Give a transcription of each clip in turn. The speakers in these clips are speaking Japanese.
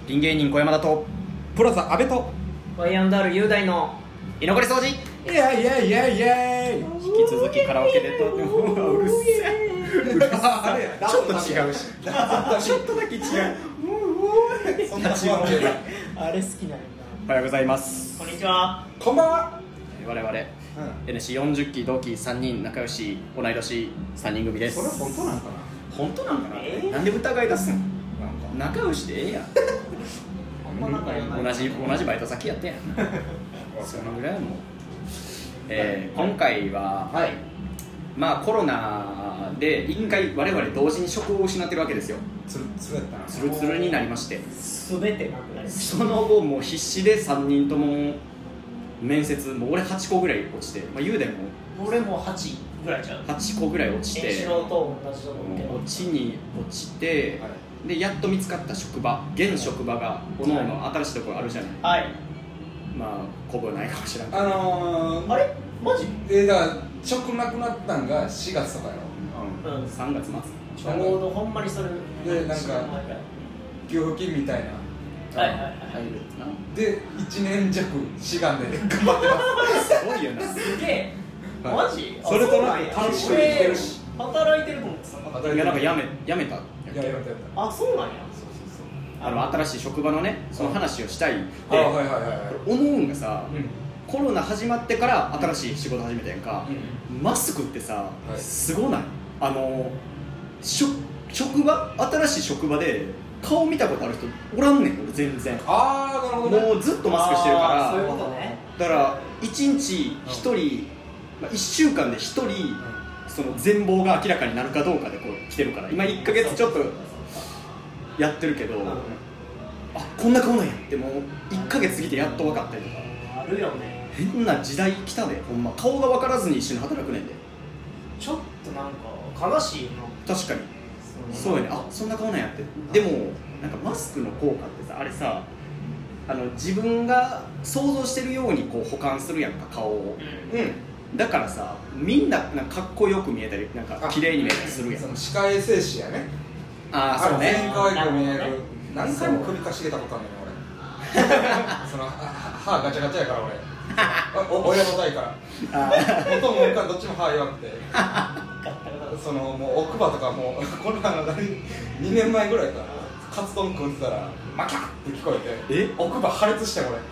ピン芸人小山田とプラザ阿部とワイアンダール雄大の居残り掃除、 イエイイエイイエイイエイ。 引き続きカラオケでとってもうるせえあれちょっと違うしちょっとだけ違うそんな不安定な。 あれ好きなんやおはようございます。 な。こんにちは。 こんばんは。 我々、NSC40 期同期3人仲良し同い年3人組です。 それは本当なんかな。 本当なんかな、なんで疑い出すん。 なんか仲良しでええやんあんま仲良い。 同じバイト先やってんやんそのぐらいも今回は、 はい。 まあコロナで一回我々同時に職を失ってるわけですよ。 つるつるやったな。 ツルツルになりまして、 すべてなくなりましその後もう必死で3人とも面接、もう俺8個ぐらい落ちて、まあ、雄大もた。俺も8ぐらいちゃう。 8個ぐらい落ちて、 素人と同じと思うけど。 落ちに落ちて、 はでやっと見つかった職場、現職場が各々新しいところあるじゃない。 はい。 まあこぶないかもしれんけど、 あれマジ？ だから職なくなったんが4月とかやろ。 うん。 3月末ちょうどほんまにそれ。 でなんか給付金みたいな。 はいはいはい。 入るってな。 で1年弱志願で頑張ってますごいよなすげえ。 はいマジ？ それとなくあ楽しく生きてるし。 働いてると思ってた。 いやなんかやめたいややったやっあ、そうなんや。 新しい職場のねその話をしたいた。 ではいはいはいはい。 思うんがさ、 うんコロナ始まってから新しい仕事始めたやんか、マスクってさ、 はいすごない？職場、新しい職場で顔見たことある人おらんねん俺全然。 ああなるほどね。 もうずっとマスクしてるかそういうら、 ことね。 だから1日1人、まあ、1週間で1人その全貌が明らかになるかどうかでこう来てるから、今1ヶ月ちょっとやってるけど、あこんな顔なんやってもう1ヶ月過ぎてやっと分かったりとか、 あるよね。 変な時代来たで、ほんま顔が分からずに一緒に働くねんで。 ちょっとなんか悲しいよな。 確かにそうやね。あそんな顔なんやって。でもなんかマスクの効果ってさ、あれさ、自分が想像してるようにこう補完するやんか顔を、だからさみんななんかかっこよく見えたりなんか綺麗に見えたりするやん。 その歯科衛生士やね。 ああそう全員ね。 可愛く見える。何回も首かしげたことあるねん俺。その歯ガチャガチャやから俺。親の代から。元も親どっちも歯弱くて。そのもう奥歯とかもうこの2年前ぐらいからカツ丼食ってたらマキャッって聞こえて、奥歯破裂して俺。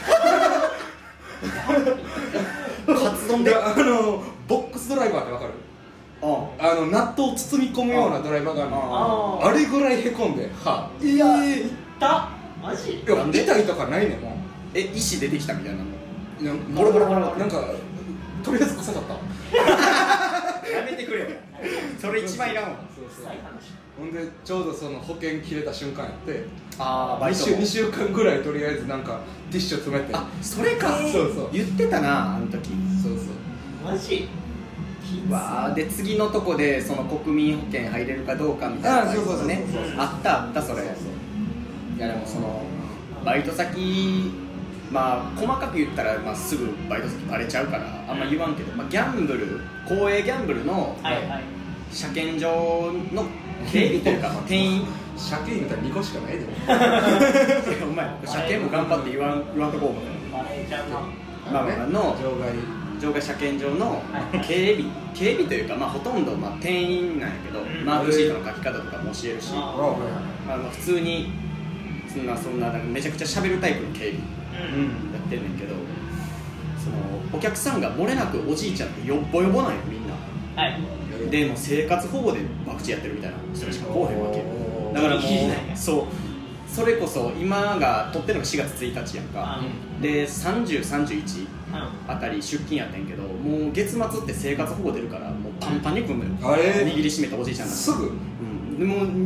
カツ丼でボックスドライバーってわかる？ あ納豆を包み込むようなドライバーがあるの。 ああれぐらいへこんで歯。 いや、行ったマジ？ いや痛いとかないねんもう。 石出てきたみたいなのボロボロボロなんかとりあえず臭かったわ。 やめてくれよそれ一番いらんわ。 そうそう。 臭い話。 ほんでちょうどその保険切れた瞬間やってバイトも 2週間ぐらいとりあえずなんかティッシュ詰めて。 あそれか、 そうそう言ってたなあの時。 そうそう。 マジ？ わで次のとこでその国民保険入れるかどうかみたいなそうそうそうね、あったそれ。いやでもそのバイト先、まあ細かく言ったら、まあ、すぐバイト先バレちゃうからあんま言わんけど、まあ、ギャンブル、公営ギャンブルのはいはい。 車検場の警備というか、まあ、店員車検言ったら2個しかないで。 お前車検も頑張って言わんとこう思う。 バレちゃうな。 まあまあの場外車検場の警備というか、まあ、ほとんどまあ店員なんやけど、マークシートの書き方とかも教えるし、まあ、普通にそんなめちゃくちゃ喋るタイプの警備やってんねんけど、そのお客さんが漏れなくおじいちゃんってよっぼよぼなんよみんな。 はい。 でもう生活保護で博打やってるみたいな人しか来おへんわけだからもうそれこそ今が撮ってるのが4月1日やんか、で30、31あたり出勤やってんけど、もう月末って生活保護出るからもうパンパンに来んのよ。握りしめたおじいちゃんがすぐ。 でもう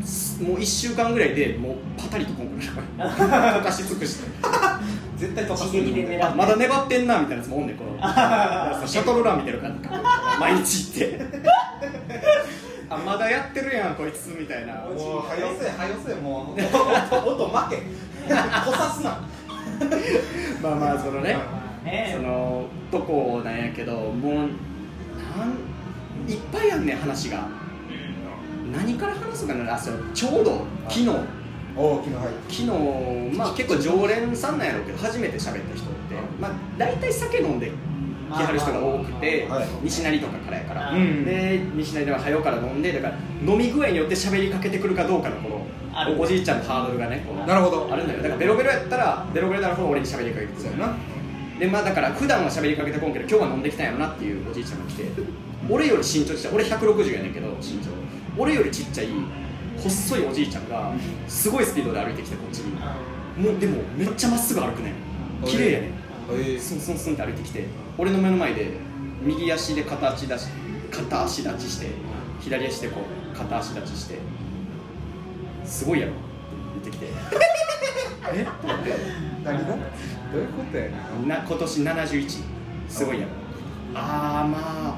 1週間ぐらいでもうパタリとこんくらい溶かし尽くして絶対飛ばす。 刺激で狙ってまだ粘ってんなみたいなやつもおんねんこのシャトルラン見てるから毎日行ってあまだやってるやんこいつみたいな。 もうはよせもう音負けこさすな。 まあまあそのね、 ねそのとこなんやけど、もういっぱいあんねん話が。何から話すかな。ちょうど昨日おお、昨日、はい。 昨日、まあ結構常連さんなんやろうけど初めて喋った人って、まあ大体酒飲んで来はる人が多くて、西成とかからやから、で西成では早うから飲んで、だから飲み具合によって喋りかけてくるかどうかのこのおじいちゃんのハードルがね、 なるほど、 あるんだよ。だからベロベロやったらベロベロなるほど俺に喋りかけてくるよな。でまあだから普段は喋りかけてこんけど今日は飲んできたんやろなっていうおじいちゃんが来て、俺より身長ちっちゃい、俺160やねんけど身長俺よりちっちゃい細いおじいちゃんがすごいスピードで歩いてきてこっちに、もうでもめっちゃまっすぐ歩くねん、綺麗やねん、スンスンスンって歩いてきて俺の目の前で右足で片足立ちして左足でこう片足立ちしてすごいやろって言ってきてえって思って何がどういうことやな、今年71すごいやろ、あーまあ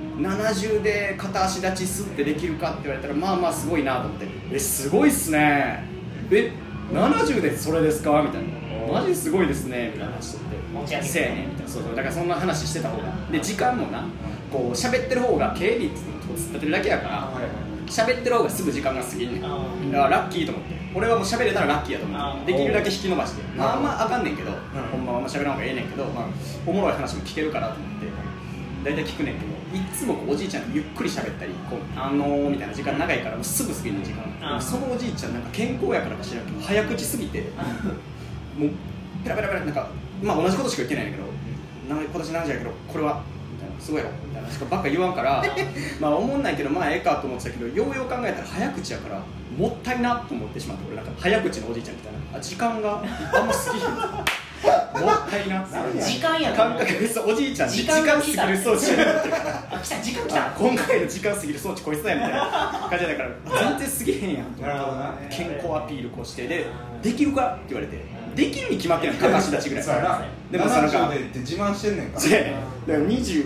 70で片足立ちすってできるかって言われたらまあまあすごいなと思って、すごいっすね、70でそれですかみたいな、マジすごいですねみたいな話してて、せやねんみたいな、そうだからそんな話してた方がで、時間もなこう喋ってる方が経理って突っ立てるだけやから喋ってる方がすぐ時間が過ぎんねん、だからラッキーと思って、俺はもう喋れたらラッキーやと思ってできるだけ引き伸ばして、まあまああかんねんけど、ほんまは喋らん方がええねんけど、まあおもろい話も聞けるからと思って大体聞くねんけど、いつもこうおじいちゃんとゆっくり喋ったりこうみたいな時間長いからもうすぐ過ぎる時間、そのおじいちゃんなんか健康やからか知らんけど早口すぎてもうペラペラペラなんかまあ同じことしか言ってないんだけど、今年何時やけどこれはみたいな、すごいやろみたいなしかばっか言わんからまあ思んないけどまあええかと思ってたけど、ようよう考えたら早口やからもったいなと思ってしまって、俺なんか早口のおじいちゃんみたいな、時間があんま過ぎひんもったいなって時間や感覚です。おじいちゃんって時間過ぎる装置時間来た今回の時間過ぎる装置こいつだよみたいな感じだから全然過ぎへんやん、 なるほどな、 健康アピールこうしてできるかって言われて、できるに決まってんの片足立ちぐらいでも70でって自慢してんねんから、 だから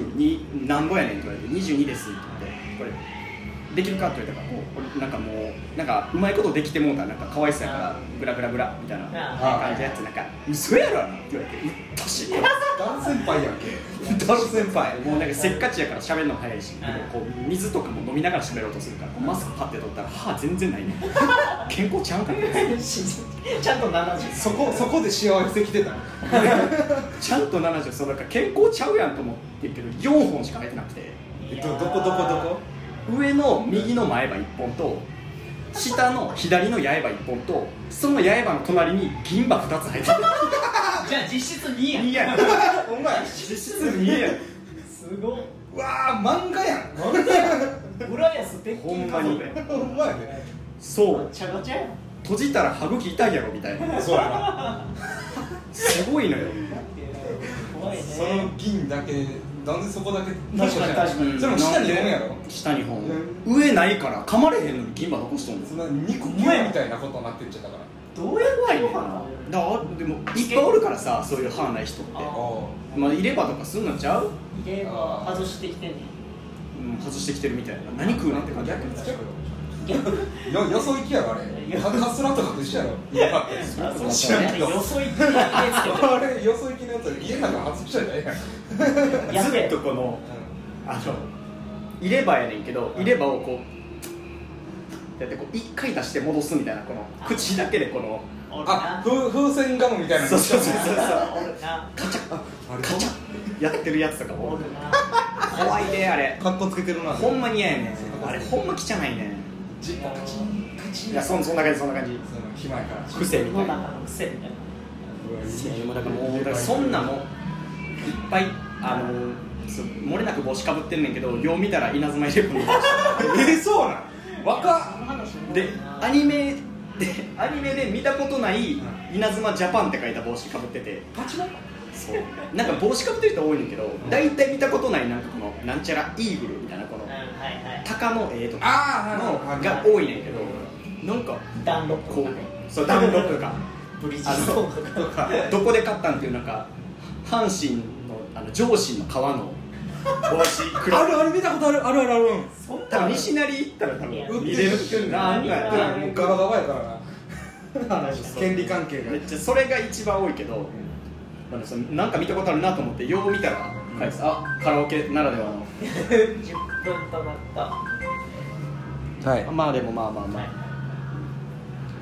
22なんぼやねんって言われて22ですって言って、これできるかって言われたからこれなんかもうなんかうまいことできてもうたらなんかかわいそうやからブラブラブラみたいな感じのやつなんか嘘やろなって言われて、うっとしい大先輩やんけ大先輩もうなんかせっかちやから喋るのも早いし、こう水とかも飲みながら喋ろうとするからマスクパッて取ったら歯全然ないね健康ちゃうかったちゃんと70 そこで幸せきてたのちゃんと70、そうだから健康ちゃうやんと思ってるけど4本しか生えてなくて、 どこ上の右の前歯1本と下の左の刃1本とその刃の隣に銀歯2つ生えてるじゃあ実質2やん 2やんお前実質2やんすごっ、 うわー漫画やん浦安鉄筋ほんまにほんまやね、 そうガチャガチャやん、 閉じたら歯茎痛いやろみたいなそうやなすごいのよ怖いね、 その銀だけなんでそこだけ確かに確かにそれも下に本やろ、 下に本、上ないから噛まれへんのに銀歯残しとんのそんな肉球みたいなことになってっちゃったからどうや怖いねんな。 のかな、 だからでもいっぱいおるからさ、そういう歯ない人ってまあ入れ歯とかすんのちゃう、 入れ歯外してきてんねん、 外してきてるみたいな、何食うねんって感じやけどよそ行きやろあれカスラとかと一緒やろ知らんけどよそ行きのやつあれよそ行きのやつ家の中外しちゃいないやんずっとこの入れ歯やねんけど入れ歯をこうやってこう1回出して戻すみたいな、この口だけでこの風船ガムみたいなそうそうおるなカチャッカチャッやってるやつとかもおるな怖いであれ、 カッコつけてるなほんまに嫌やねんあれ、ほんま汚いねん、 ジッパカチンカチンいやそんな感じそんな感じ、 暇やから癖みたいな、 の中の癖みたいな、 だからもうだからそんなもんいっぱい漏れなく帽子かぶってんねんけど、よう見たら稲妻イレブンの帽子そうなん若っでアニメで見たことない稲妻ジャパンって書いた帽子かぶってて、 パチモンそうなんか帽子かぶってる人多いねんけど、大体見たことないなんかこのなんちゃらイーグルみたいなこの鷹の絵とかのが多いねんけど、なんかダンロップこうそうダンロップとかブリヂストンとかどこで買ったんっていうなんか阪神の上信の革の帽子ある見たことある多分西成行ったら多分見れるなんかやもうガバガバやからな権利関係がめっちゃそれが一番多いけど、なんか見たことあるなと思ってよう見たらカラオケならではの 10分となったはいまあでもまあ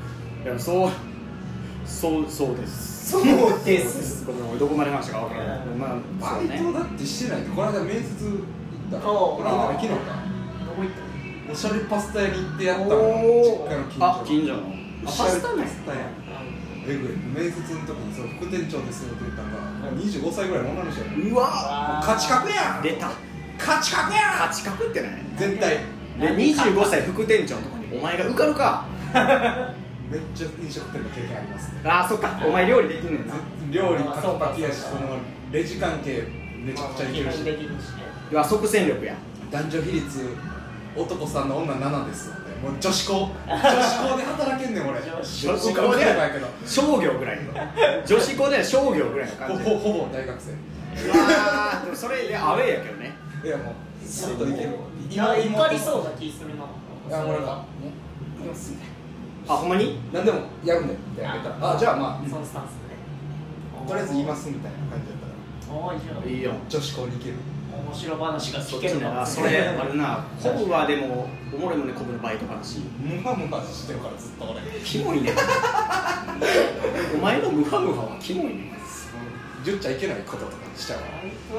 でもそうですそうですごめん俺どこまで話したか分からないまあバイトだってしてないってこの間面接行ったらこの間昨日かどこ行ったのおしゃれパスタ屋に行ってやったのお実家の近所あ近所のおしゃれパスタ屋ねえぐい面接の時にその副店長ですよって言ったのが25歳ぐらいの女の人やねうわ価値格やん出た価値格やん価値格ってない絶対で25歳副店長のとこにお前が受かるかめっちゃ飲食店の経験ありますってああそっかお前料理できんねんな料理パキパキやしそのレジ関係めちゃくちゃいけるしできるしねうわ即戦力や男女比率男3の女7ですってもう女子校で働けんねん俺女子女子校でやけど商業ぐらいの女子校では商業ぐらいの感じほぼ大学生うわーでもそれでアウェーやけどねいやもうスッといけるいや受かりそうな気するな。 いや俺があほんまに何でもやるねんってやめたらあじゃあまあそのスタンスでね。 とりあえず言いますみたいな感じだったらおーいいじゃん。 いいよ女子校に行ける面白話がそ聞けるな。 っちなそれあるなコブはでもおもろいもんねコブのバイト話ムハムハしてるからずっと俺キモいねお前のムハムハはキモいね言っちゃいけないこととかしちゃう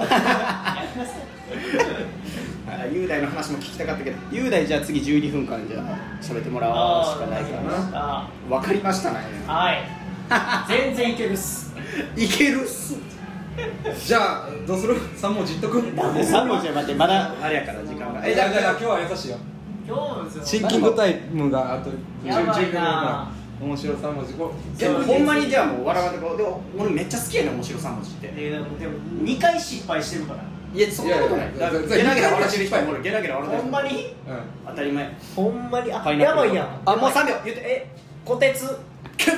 雄大の話も聞きたかったけど雄大じゃあ次12分間じゃあ喋ってもらうしかないかな分かりましたねはい全然いけるっすいけるっすじゃあどうする3文字言っとく 3文字は待ってまだあれやから時間がじゃあ今日は優しいよ今日シンキングタイムがあとやばいな 10分から面白3文字でもほんまにじゃあもう笑わんとこでも俺めっちゃ好きやねん面白3文字ってでも2回失敗してるからいやそんなことないいやいやゲラゲラ笑ってる人もおるゲラゲラ笑ってる人もおるほんまに当たり前ほんまにあパイナップルやばいやんあもう3秒言ってこてつ